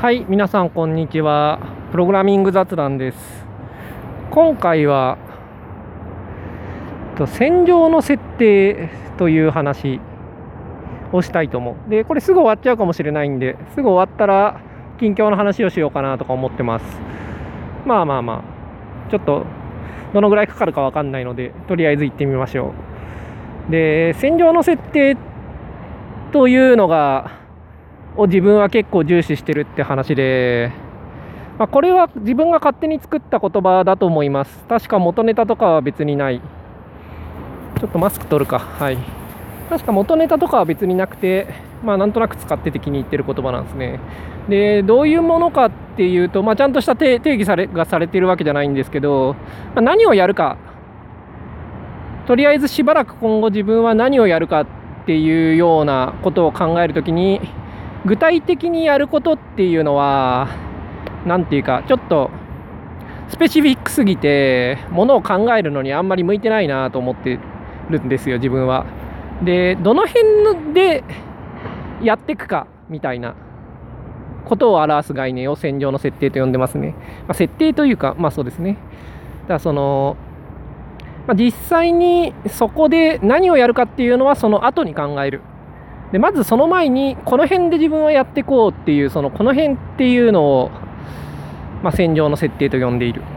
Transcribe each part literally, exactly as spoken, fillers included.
はい、皆さんこんにちは。プログラミング雑談です。今回はと戦場の設定という話をしたいと思う。で、これすぐ終わっちゃうかもしれないんで、すぐ終わったら近況の話をしようかなとか思ってます。まあまあまあ、ちょっとどのぐらいかかるかわかんないので、とりあえず行ってみましょう。で、戦場の設定というのがを自分は結構重視してるって話で、まあ、これは自分が勝手に作った言葉だと思います。確か元ネタとかは別にない。ちょっとマスク取るか。はい。確か元ネタとかは別になくて、まあなんとなく使ってて気に入ってる言葉なんですね。で、どういうものかっていうと、まあちゃんとした定義されがされているわけじゃないんですけど、まあ、何をやるか、とりあえずしばらく今後自分は何をやるかっていうようなことを考えるときに、具体的にやることっていうのはなんていうかちょっとスペシフィックすぎてものを考えるのにあんまり向いてないなと思ってるんですよ、自分は。で、どの辺でやっていくかみたいなことを表す概念を戦場の設定と呼んでますね。まあ、設定というかまあそうですね。だからその、まあ、実際にそこで何をやるかっていうのはその後に考える。でまずその前にこの辺で自分はやっていこうっていう、そのこの辺っていうのを、まあ、戦場の設定と呼んでいる。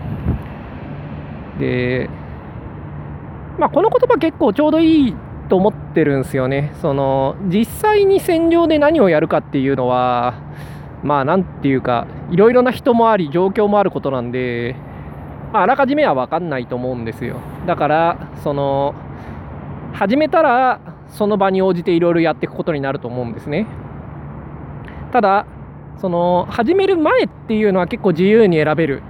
で、まあ、この言葉結構ちょうどいいと思ってるんですよね。その実際に戦場で何をやるかっていうのはまあなんていうかいろいろな人もあり状況もあることなんで、まあ、あらかじめは分かんないと思うんですよ。だからその始めたらその場に応じていろいろやっていくことになると思うんですね。ただその始める前っていうのは結構自由に選べる。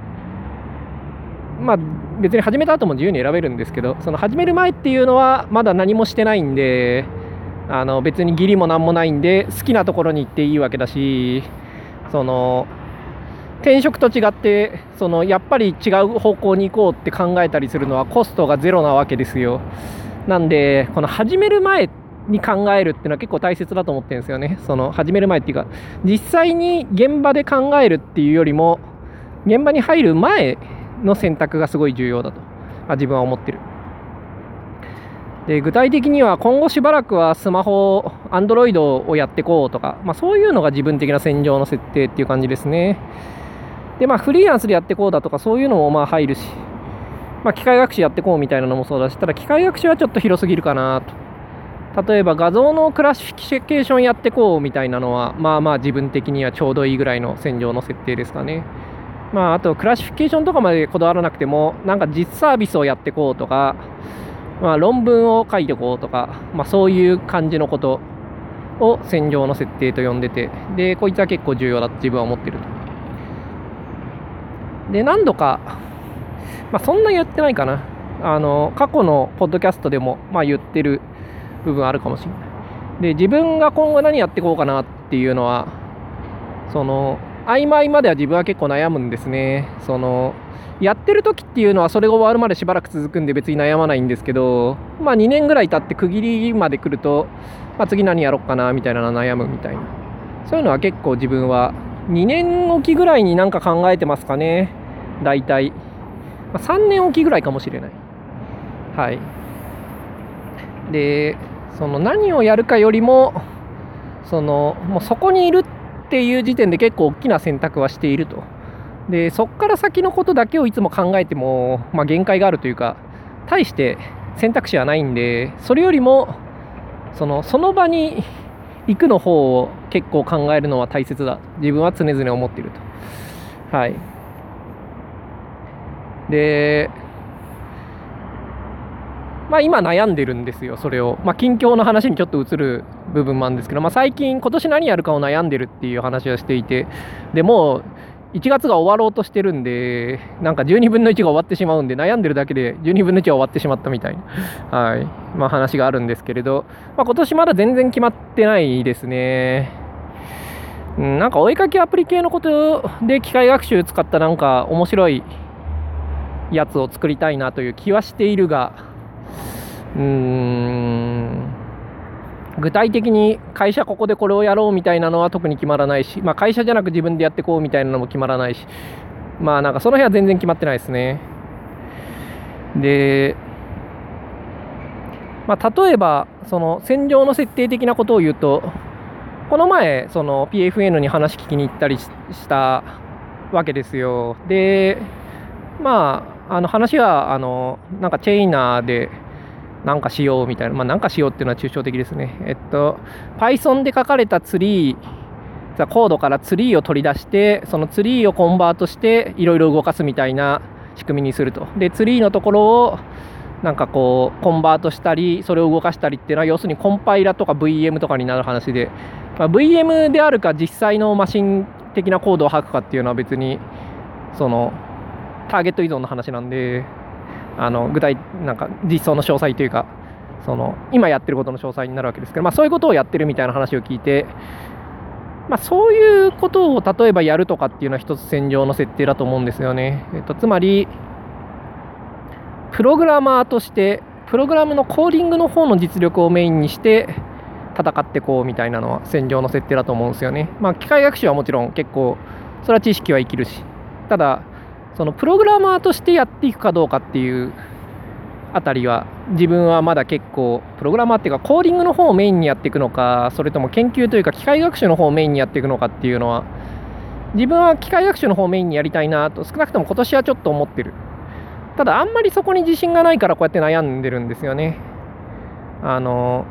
まあ別に始めた後も自由に選べるんですけど、その始める前っていうのはまだ何もしてないんで、あの別に義理も何もないんで好きなところに行っていいわけだし、その転職と違ってそのやっぱり違う方向に行こうって考えたりするのはコストがゼロなわけですよ。なんでこの始める前に考えるっていうのは結構大切だと思ってるんですよね。その始める前っていうか実際に現場で考えるっていうよりも現場に入る前の選択がすごい重要だと自分は思ってる。で具体的には今後しばらくはスマホ Android をやっていこうとか、まあ、そういうのが自分的な戦場の設定っていう感じですね。でまあフリーランスでやっていこうだとかそういうのもまあ入るし、まあ、機械学習やっていこうみたいなのもそうだし、ただ機械学習はちょっと広すぎるかなと。例えば画像のクラシフィケーションやっていこうみたいなのはまあまあ自分的にはちょうどいいぐらいの戦場の設定ですかね。まああとクラシフィケーションとかまでこだわらなくてもなんか実サービスをやっていこうとか、まあ、論文を書いていこうとか、まあ、そういう感じのことを戦場の設定と呼んでて、でこいつは結構重要だと自分は思ってると。で何度かまあ、そんなやってないかな。あの過去のポッドキャストでもまあ言ってる部分あるかもしれない。で自分が今後何やっていこうかなっていうのはその曖昧までは自分は結構悩むんですね。そのやってる時っていうのはそれが終わるまでしばらく続くんで別に悩まないんですけど、まあにねんぐらい経って区切りまで来ると、まあ、次何やろうかなみたいな悩むみたいな、そういうのは結構自分はにねんおきぐらいになんか考えてますかね。だいたいさんねんおきぐらいかもしれない。はい。で、その何をやるかよりも、そのもうそこにいるっていう時点で結構大きな選択はしていると。で、そこから先のことだけをいつも考えても、まあ、限界があるというか、大して選択肢はないんで、それよりもそのその場に行くの方を結構考えるのは大切だ。自分は常々思っていると。はい。でまあ今悩んでるんですよ、それを。まあ近況の話にちょっと移る部分もあるんですけど、まあ最近今年何やるかを悩んでるっていう話をしていて、でもういちがつが終わろうとしてるんで、なんかじゅうにぶんのいちが終わってしまうんで、悩んでるだけでじゅうにぶんのいちが終わってしまったみたいな、はい、まあ話があるんですけれど、まあ今年まだ全然決まってないですね。うん、なんかお絵かきアプリ系のことで機械学習使ったなんか面白いやつを作りたいなという気はしているが、うーん具体的に会社ここでこれをやろうみたいなのは特に決まらないし、まあ、会社じゃなく自分でやっていこうみたいなのも決まらないし、まあなんかその辺は全然決まってないですね。で、まあ、例えばその戦場の設定的なことを言うと、この前その ピーエフエヌ に話聞きに行ったりしたわけですよ。で、まああの話はあのなんかチェイナーでなんかしようみたいな、まあなんかしようっていうのは抽象的ですね。えっと Python で書かれたツリーコードからツリーを取り出して、そのツリーをコンバートしていろいろ動かすみたいな仕組みにすると。でツリーのところをなんかこうコンバートしたり、それを動かしたりっていうのは要するにコンパイラとか ブイエム とかになる話で、まあ、ブイエム であるか実際のマシン的なコードを吐くかっていうのは別にそのターゲット依存の話なんで、あの具体なんか実装の詳細というか、その今やってることの詳細になるわけですけど、まあ、そういうことをやってるみたいな話を聞いて、まあ、そういうことを例えばやるとかっていうのは一つ戦場の設定だと思うんですよね。えっと、つまりプログラマーとしてプログラムのコーディングの方の実力をメインにして戦っていこうみたいなのは戦場の設定だと思うんですよね。まあ、機械学習はもちろん結構それは知識は生きるし、ただそのプログラマーとしてやっていくかどうかっていうあたりは自分はまだ結構プログラマーっていうかコーディングの方をメインにやっていくのか、それとも研究というか機械学習の方をメインにやっていくのかっていうのは、自分は機械学習の方をメインにやりたいなと少なくとも今年はちょっと思ってる。ただあんまりそこに自信がないからこうやって悩んでるんですよね。あの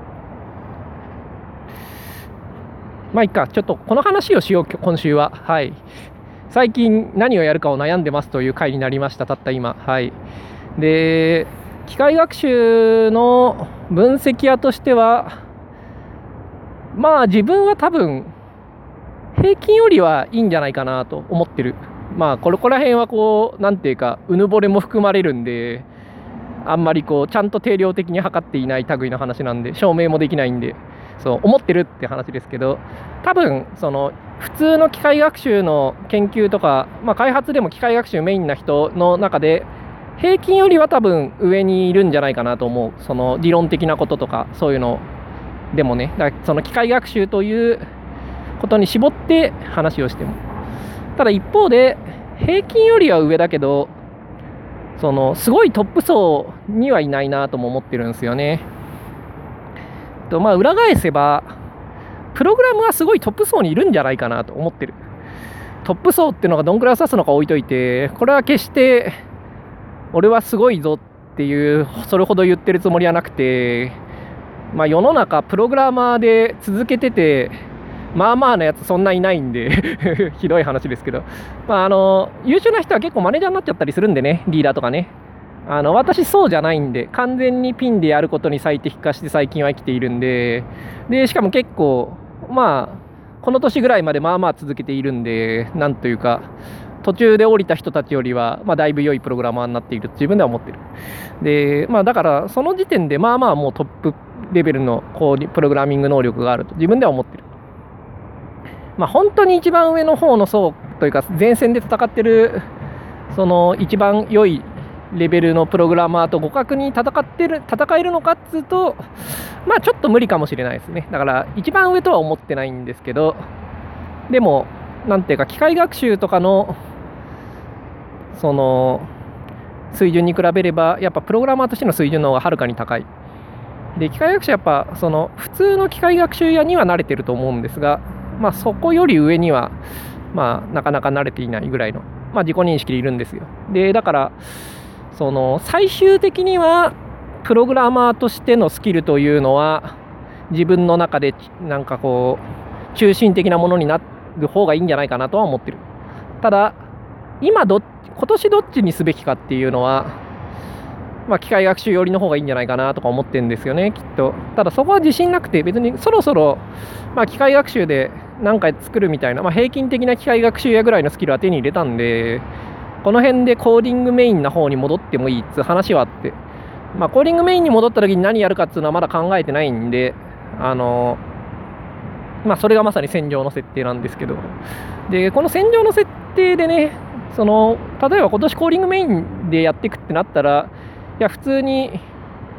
まあいいか、ちょっとこの話をしよう今週は。はい、最近何をやるかを悩んでますという回になりました、たった今。はい。で、機械学習の分析屋としては、まあ自分は多分平均よりはいいんじゃないかなと思ってる。まあこれこら辺はこうなんていうかうぬぼれも含まれるんで、あんまりこうちゃんと定量的に測っていない類の話なんで、証明もできないんで、そう思ってるって話ですけど、多分その普通の機械学習の研究とか、まあ、開発でも機械学習メインな人の中で平均よりは多分上にいるんじゃないかなと思う。その理論的なこととかそういうのでもね、だからその機械学習ということに絞って話をしても、ただ一方で平均よりは上だけど、そのすごいトップ層にはいないなとも思ってるんですよね。とまあ裏返せばプログラムはすごいトップ層にいるんじゃないかなと思ってる。トップ層っていうのがどんくらい指すのか置いといて、これは決して俺はすごいぞっていうそれほど言ってるつもりはなくて、まあ世の中プログラマーで続けててまあまあなやつそんないないんでひどい話ですけど、まああの優秀な人は結構マネージャーになっちゃったりするんでね、リーダーとかね。あの私そうじゃないんで、完全にピンでやることに最適化して最近は生きているんで、でしかも結構まあこの年ぐらいまでまあまあ続けているんで、なんというか途中で降りた人たちよりはまあだいぶ良いプログラマーになっていると自分では思ってる。でまあだからその時点でまあまあもうトップレベルのこうプログラミング能力があると自分では思ってる。まあ本当に一番上の方の層というか前線で戦ってるその一番良いレベルのプログラマーと互角に戦ってる戦えるのかっつうと、まあちょっと無理かもしれないですね。だから一番上とは思ってないんですけど、でもなんていうか機械学習とかのその水準に比べればやっぱプログラマーとしての水準の方がはるかに高い。で機械学習やっぱその普通の機械学習屋には慣れてると思うんですが、まあそこより上にはまあなかなか慣れていないぐらいのまあ自己認識でいるんですよ。でだからその最終的にはプログラマーとしてのスキルというのは自分の中でなんかこう中心的なものになる方がいいんじゃないかなとは思ってる。ただ今ど今年どっちにすべきかっていうのは、まあ、機械学習寄りの方がいいんじゃないかなとか思ってるんですよね、きっと。ただそこは自信なくて、別にそろそろ、まあ、機械学習で何か作るみたいな、まあ、平均的な機械学習やぐらいのスキルは手に入れたんで、この辺でコーディングメインな方に戻ってもいいって話はあって、まあ、コーディングメインに戻った時に何やるかっていうのはまだ考えてないんで、あのまあそれがまさに戦場の設定なんですけど、でこの戦場の設定でね、その例えば今年コーディングメインでやっていくってなったら、いや普通に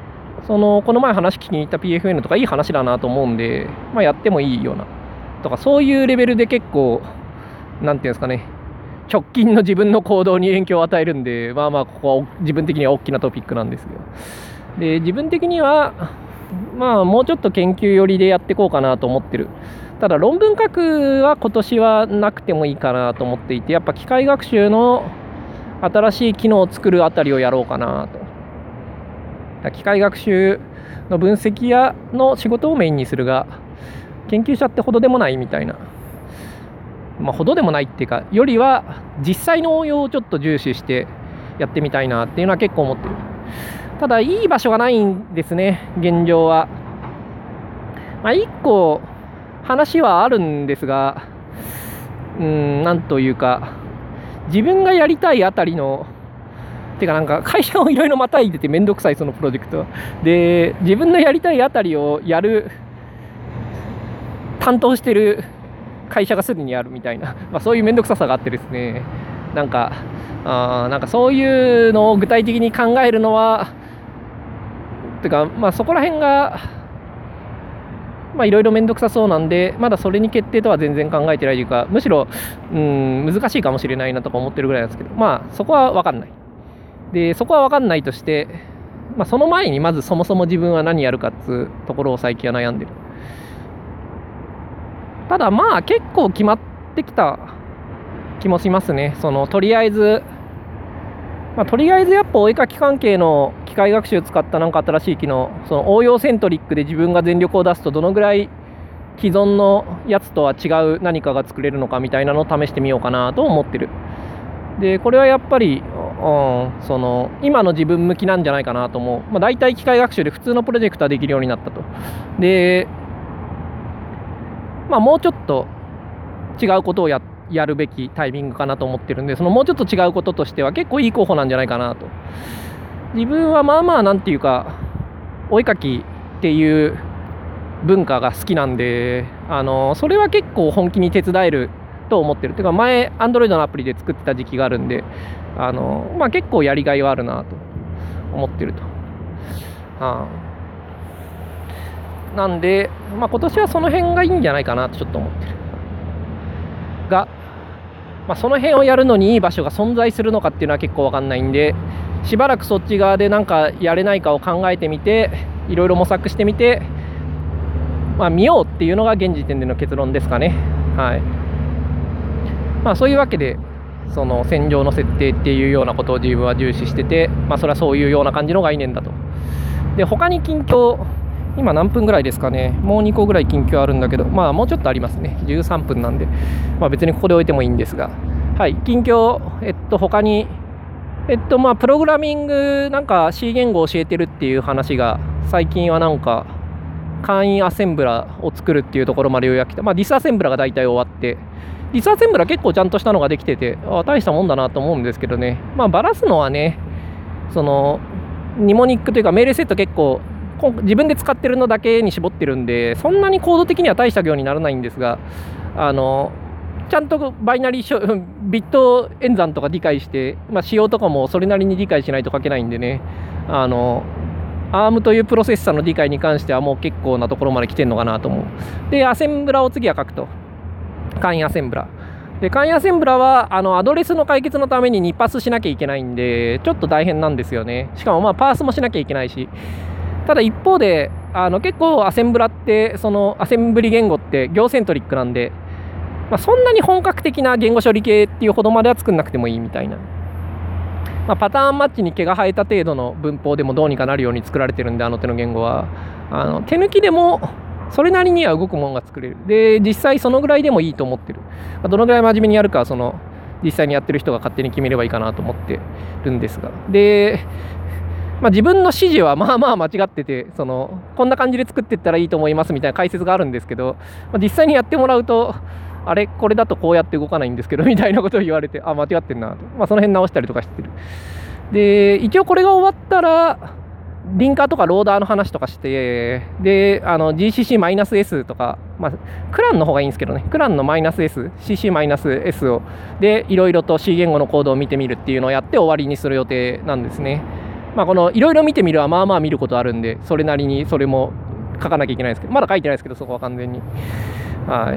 そのこの前話聞きに行った ピーエフエヌ とかいい話だなと思うんで、まあ、やってもいいようなとか、そういうレベルで結構なんていうんですかね、直近の自分の行動に影響を与えるんで、まあまあここは自分的には大きなトピックなんですよ。で自分的にはまあもうちょっと研究寄りでやっていこうかなと思ってる。ただ論文書くは今年はなくてもいいかなと思っていて、やっぱ機械学習の新しい機能を作るあたりをやろうかなと。機械学習の分析やの仕事をメインにするが、研究者ってほどでもないみたいな、まあ、ほどでもないっていうかよりは実際の応用をちょっと重視してやってみたいなっていうのは結構思ってる。ただいい場所がないんですね、現状は。まあ、いっこ話はあるんですが、うーんなんというか自分がやりたいあたりのてかなんか会社をいろいろまたいでてめんどくさい、そのプロジェクトで自分のやりたいあたりをやる担当してる会社がすでにあるみたいな、まあ、そういうめんどくささがあってですね、なんかあなんかそういうのを具体的に考えるのはてかまあそこら辺がまあいろいろめんどくさそうなんで、まだそれに決定とは全然考えてないというか、むしろうん難しいかもしれないなとか思ってるぐらいなんですけど、まあそこは分かんない。でそこは分かんないとして、まあ、その前にまずそもそも自分は何やるかっつうところを最近は悩んでる。ただまあ結構決まってきた気もしますね。そのとりあえず、まあ、とりあえずやっぱお絵描き関係の機械学習使ったなんか新しい機能、その応用セントリックで自分が全力を出すとどのぐらい既存のやつとは違う何かが作れるのかみたいなのを試してみようかなと思ってる。でこれはやっぱり、うん、その今の自分向きなんじゃないかなと思う。まあ、大体機械学習で普通のプロジェクトはできるようになったと。でまあもうちょっと違うことをややるべきタイミングかなと思ってるんで、そのもうちょっと違うこととしては結構いい候補なんじゃないかなと。自分はまあまあなんていうかお絵描きっていう文化が好きなんで、あのそれは結構本気に手伝えると思ってる。てか前 Android のアプリで作ってた時期があるんで、あの、まあ、結構やりがいはあるなと思ってると。あなんで、まあ、今年はその辺がいいんじゃないかなとちょっと思ってるが、まあ、その辺をやるのにいい場所が存在するのかっていうのは結構分かんないんで、しばらくそっち側でなんかやれないかを考えてみて、いろいろ模索してみて、まあ、見ようっていうのが現時点での結論ですかね。はい。まあ、そういうわけでその戦場の設定っていうようなことを自分は重視してて、まあ、それはそういうような感じの概念だと。で他に近況今何分ぐらいですかね。もうにこぐらい近況あるんだけど、まあもうちょっとありますね。じゅうさんぷんなんで、まあ、別にここで置いてもいいんですが、はい近況えっと他にえっとまあプログラミングなんか C 言語を教えてるっていう話が最近はなんか簡易アセンブラを作るっていうところまでようやく来た。まあディスアセンブラが大体終わって、ディスアセンブラ結構ちゃんとしたのができてて、あ大したもんだなと思うんですけどね。まあバラすのはね、そのニモニックというか命令セット結構自分で使ってるのだけに絞ってるんで、そんなにコード的には大した行にならないんですが、あのちゃんとバイナリービット演算とか理解して、まあ、仕様とかもそれなりに理解しないと書けないんでね、あのアームというプロセッサーの理解に関してはもう結構なところまで来てるのかなと思う。でアセンブラを次は書くと、簡易アセンブラで簡易アセンブラはあのアドレスの解決のためににパスしなきゃいけないんでちょっと大変なんですよね。しかもまあパースもしなきゃいけないし、ただ一方であの結構アセンブラってそのアセンブリ言語って行セントリックなんで、まあ、そんなに本格的な言語処理系っていうほどまでは作んなくてもいいみたいな、まあ、パターンマッチに毛が生えた程度の文法でもどうにかなるように作られてるんで、あの手の言語はあの手抜きでもそれなりには動くものが作れる。で実際そのぐらいでもいいと思ってる。どのぐらい真面目にやるかはその実際にやってる人が勝手に決めればいいかなと思ってるんですが、でまあ、自分の指示はまあまあ間違ってて、そのこんな感じで作っていったらいいと思いますみたいな解説があるんですけど、まあ、実際にやってもらうとあれこれだとこうやって動かないんですけどみたいなことを言われて、あ間違ってんなと、まあ、その辺直したりとかしてる。で一応これが終わったらリンカーとかローダーの話とかして、であの ジーシーシー -S とか、まあ、クランの方がいいんですけどね、クランの -S、シーシー -S をでいろいろと C 言語のコードを見てみるっていうのをやって終わりにする予定なんですね。 まあ、このいろいろ見てみるはまあまあ見ることあるんで、それなりにそれも書かなきゃいけないですけど、まだ書いてないですけど、そこは完全に。はい。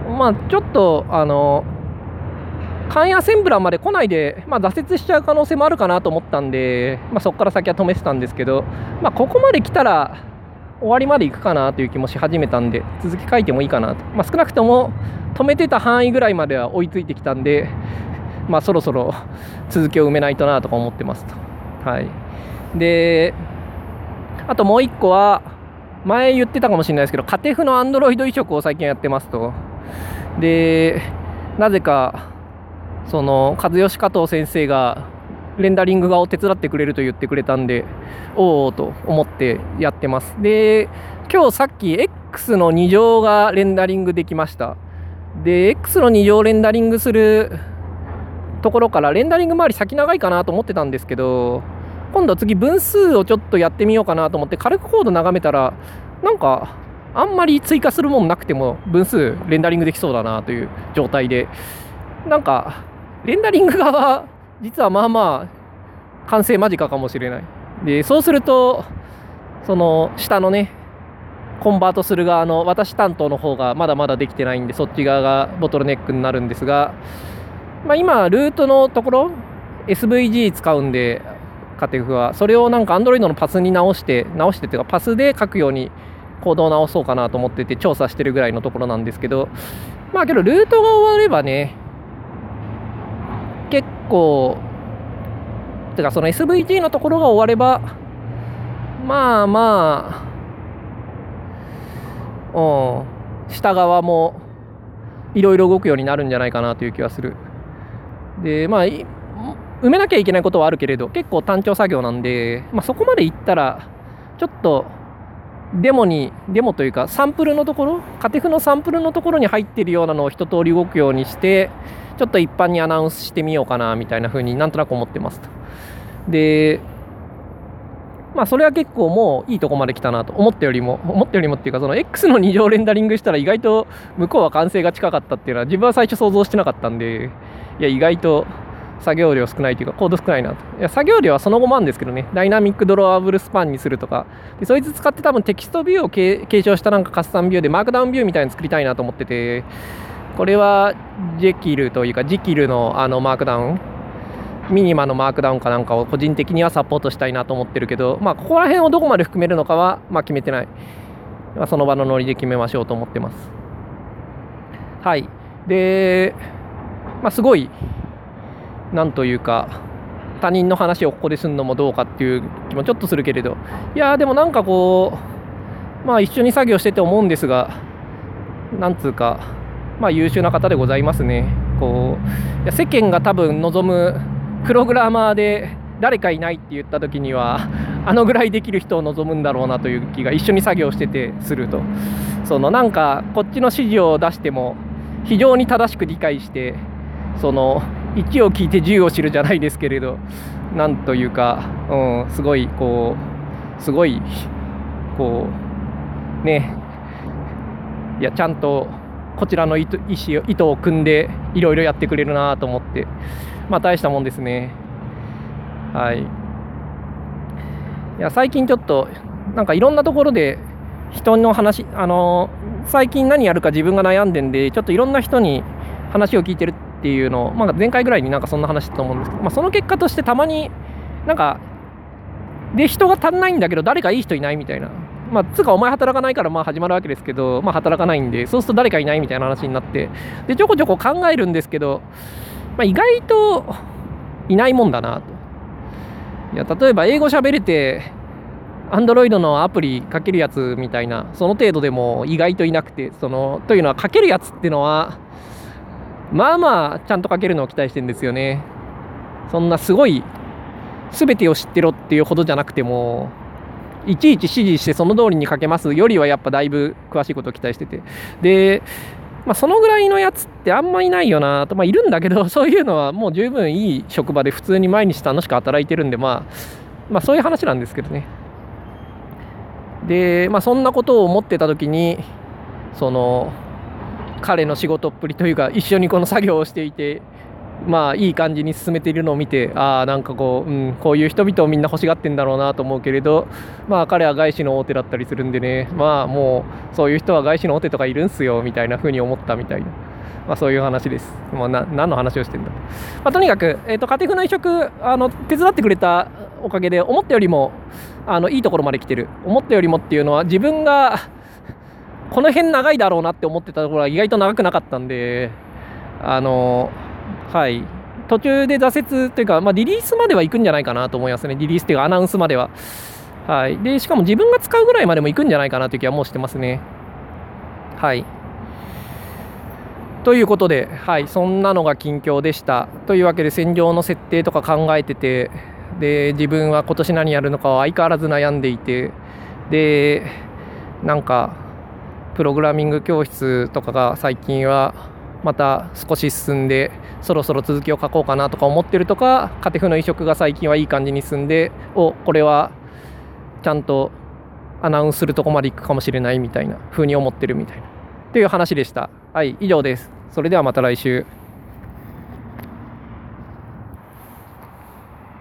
まあ、ちょっと、あの、簡易アセンブラーまで来ないで、まあ、挫折しちゃう可能性もあるかなと思ったんで、まあ、そこから先は止めてたんですけど、まあ、ここまで来たら終わりまで行くかなという気もし始めたんで、続き書いてもいいかなと。まあ、少なくとも止めてた範囲ぐらいまでは追いついてきたんで、まあ、そろそろ続きを埋めないとなとか思ってますと。はい。で、あともう一個は、前言ってたかもしれないですけど、カテフのアンドロイド移植を最近やってますと。で、なぜか、その和義加藤先生がレンダリング画を手伝ってくれると言ってくれたんで、おおと思ってやってます。で、今日さっき X のに乗がレンダリングできました。で、X のに乗レンダリングするところからレンダリング周り先長いかなと思ってたんですけど、今度次分数をちょっとやってみようかなと思って軽くコード眺めたら、なんかあんまり追加するもんなくても分数レンダリングできそうだなという状態で、なんかレンダリング側は実はまあまあ完成間近かもしれない。で、そうするとその下のねコンバートする側の私担当の方がまだまだできてないんで、そっち側がボトルネックになるんですが、まあ、今ルートのところ エスブイジー 使うんで、カテフはそれをなんか Android のパスに直して直してっていうかパスで書くようにコードを直そうかなと思ってて調査してるぐらいのところなんですけど、まあけどルートが終わればね、結構てかその エスブイジー のところが終わればまあまあ、うん、下側もいろいろ動くようになるんじゃないかなという気はする。で、まあ埋めなきゃいけないことはあるけれど結構単調作業なんで、まあ、そこまでいったらちょっとデモにデモというかサンプルのところ、カテフのサンプルのところに入っているようなのを一通り動くようにしてちょっと一般にアナウンスしてみようかなみたいな風になんとなく思ってますと。で、まあそれは結構もういいとこまで来たなと思ったよりも思ったよりもっていうか、その X のに乗レンダリングしたら意外と向こうは完成が近かったっていうのは自分は最初想像してなかったんで、いや意外と作業量少ないというかコード少ないなと。いや作業量はその後もあるんですけどね、ダイナミックドロワーブルスパンにするとかで、そいつ使って多分テキストビューを継承したなんかカスタムビューでマークダウンビューみたいに作りたいなと思ってて、これはジェキルというかジキルのあのマークダウン、ミニマのマークダウンかなんかを個人的にはサポートしたいなと思ってるけど、まあここら辺をどこまで含めるのかはまあ決めてない、まあ、その場のノリで決めましょうと思ってます。はい。で、まあすごいなんというか他人の話をここでするのもどうかっていう気もちょっとするけれど、いやでもなんかこうまあ一緒に作業してて思うんですが、なんつうかまあ優秀な方でございますね。こういや世間が多分望むプログラマーで誰かいないって言った時にはあのぐらいできる人を望むんだろうなという気が一緒に作業しててすると、そのなんかこっちの指示を出しても非常に正しく理解して、そのいちを聞いてじゅうを知るじゃないですけれど、なんというか、うん、すごいこうすごいこうね、いやちゃんとこちらの意図、意思を意図を組んでいろいろやってくれるなと思って、まあ大したもんですね。はい。いや最近ちょっとなんかいろんなところで人の話、あの最近何やるか自分が悩んでんで、ちょっといろんな人に話を聞いてるっていうのを、まあ、前回ぐらいになんかそんな話したと思うんですけど、まあ、その結果としてたまになんかで人が足んないんだけど誰かいい人いないみたいな、まあつうかお前働かないからまあ始まるわけですけど、まあ働かないんでそうすると誰かいないみたいな話になって、でちょこちょこ考えるんですけど、まあ、意外といないもんだなと。いや例えば英語喋れてアンドロイドのアプリかけるやつみたいな、その程度でも意外といなくて、そのというのはかけるやつっていうのはまあまあちゃんとかけるのを期待してるんですよね。そんなすごい全てを知ってろっていうほどじゃなくても、いちいち指示してその通りにかけますよりはやっぱだいぶ詳しいことを期待してて、で、まあ、そのぐらいのやつってあんまいないよなと、まあいるんだけど、そういうのはもう十分いい職場で普通に毎日楽しく働いてるんで、まあまあそういう話なんですけどね。で、まあそんなことを思ってた時に、その彼の仕事っぷりというか一緒にこの作業をしていてまあいい感じに進めているのを見て、ああなんかこう、うん、こういう人々をみんな欲しがってんだろうなと思うけれど、まあ彼は外資の大手だったりするんでね、まあもうそういう人は外資の大手とかいるんすよみたいな風に思ったみたいな、まあそういう話です。まあな何の話をしてんだ。まあとにかく、えーと、家庭内職あの手伝ってくれたおかげで思ったよりもあのいいところまで来てる。思ったよりもっていうのは、自分がこの辺長いだろうなって思ってたところは意外と長くなかったんで、あのはい、途中で挫折というか、まあ、リリースまでは行くんじゃないかなと思いますね。リリースっていうかアナウンスまでは、はい、でしかも自分が使うぐらいまでも行くんじゃないかなという気はもうしてますね。はいということで、はい、そんなのが近況でした。というわけで戦場の設定とか考えてて、で自分は今年何やるのかは相変わらず悩んでいて、でなんかプログラミング教室とかが最近はまた少し進んで、そろそろ続きを書こうかなとか思ってるとか、家庭の移植が最近はいい感じに進んで、おこれはちゃんとアナウンスするとこまで行くかもしれないみたいな風に思ってるみたいなっていう話でした。はい、以上です。それではまた来週。